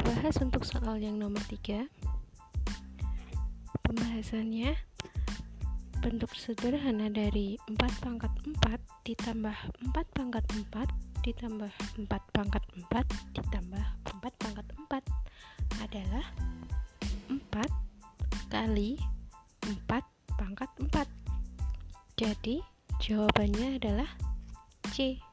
bahas untuk soal yang nomor 3. Pembahasannya, bentuk sederhana dari 4 pangkat 4 ditambah 4 pangkat 4 ditambah 4 pangkat 4 ditambah 4 pangkat 4 adalah 4 kali 4 pangkat 4. Jadi jawabannya adalah C.